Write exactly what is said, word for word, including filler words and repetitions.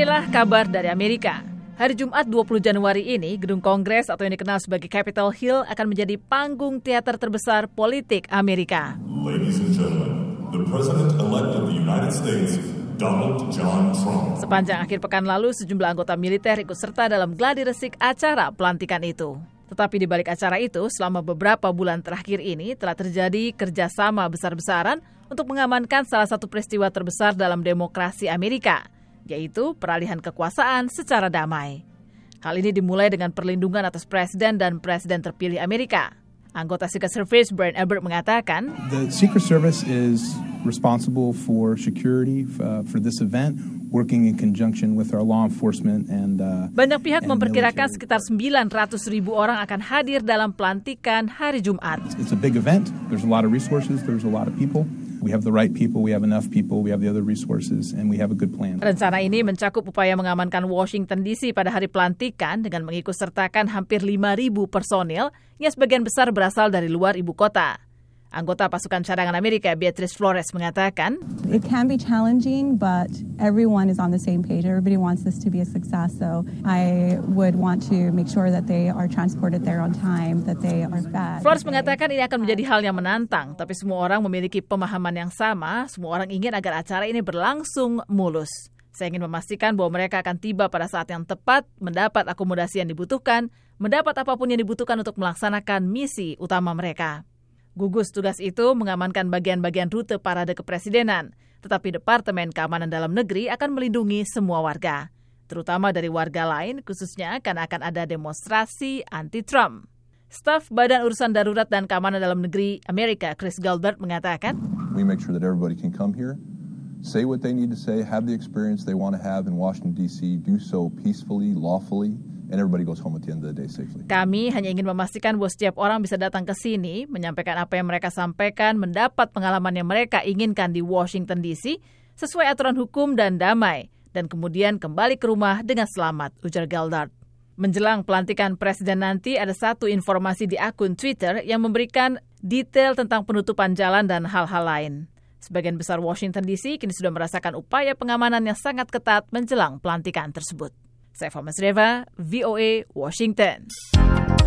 Inilah kabar dari Amerika. Hari Jumat dua puluh Januari ini, Gedung Kongres atau yang dikenal sebagai Capitol Hill akan menjadi panggung teater terbesar politik Amerika. Ladies and gentlemen, the President-elect of the United States, Donald John Trump. Sepanjang akhir pekan lalu, sejumlah anggota militer ikut serta dalam gladi resik acara pelantikan itu. Tetapi di balik acara itu, selama beberapa bulan terakhir ini telah terjadi kerjasama besar-besaran untuk mengamankan salah satu peristiwa terbesar dalam demokrasi Amerika, yaitu peralihan kekuasaan secara damai. Hal ini dimulai dengan perlindungan atas presiden dan presiden terpilih Amerika. Anggota Secret Service Brian Ebert mengatakan, The Secret Service is responsible for security uh, for this event, working in conjunction with our law enforcement and uh, banyak pihak and memperkirakan military. sekitar sembilan ratus ribu orang akan hadir dalam pelantikan hari Jumat. It's a big event. There's a lot of resources. There's a lot of people. We have the right people, we have enough people, we have the other resources, and we have a good plan. Rencana ini mencakup upaya mengamankan Washington D C pada hari pelantikan dengan mengikutsertakan hampir lima ribu personil yang sebagian besar berasal dari luar ibu kota. Anggota pasukan cadangan Amerika Beatrice Flores mengatakan, It can be challenging, but everyone is on the same page. Everybody wants this to be a success, so I would want to make sure that they are transported there on time, that they are fed. Flores mengatakan ini akan menjadi hal yang menantang, tapi semua orang memiliki pemahaman yang sama, semua orang ingin agar acara ini berlangsung mulus. Saya ingin memastikan bahwa mereka akan tiba pada saat yang tepat, mendapat akomodasi yang dibutuhkan, mendapat apapun yang dibutuhkan untuk melaksanakan misi utama mereka. Gugus tugas itu mengamankan bagian-bagian rute parade kepresidenan, tetapi Departemen Keamanan Dalam Negeri akan melindungi semua warga, terutama dari warga lain, khususnya karena akan ada demonstrasi anti-Trump. Staf Badan Urusan Darurat dan Keamanan Dalam Negeri Amerika, Chris Gilbert, mengatakan, We make sure that everybody can come here, say what they need to say, have the experience they want to have in Washington, D C, do so peacefully, lawfully, and everybody goes home at the end of the day safely. Kami hanya ingin memastikan bahwa setiap orang bisa datang ke sini, menyampaikan apa yang mereka sampaikan, mendapat pengalaman yang mereka inginkan di Washington D C, sesuai aturan hukum dan damai, dan kemudian kembali ke rumah dengan selamat, ujar Gilbert. Menjelang pelantikan presiden nanti, ada satu informasi di akun Twitter yang memberikan detail tentang penutupan jalan dan hal-hal lain. Sebagian besar Washington D C kini sudah merasakan upaya pengamanan yang sangat ketat menjelang pelantikan tersebut. Saya Fahma Sreva, V O A, Washington.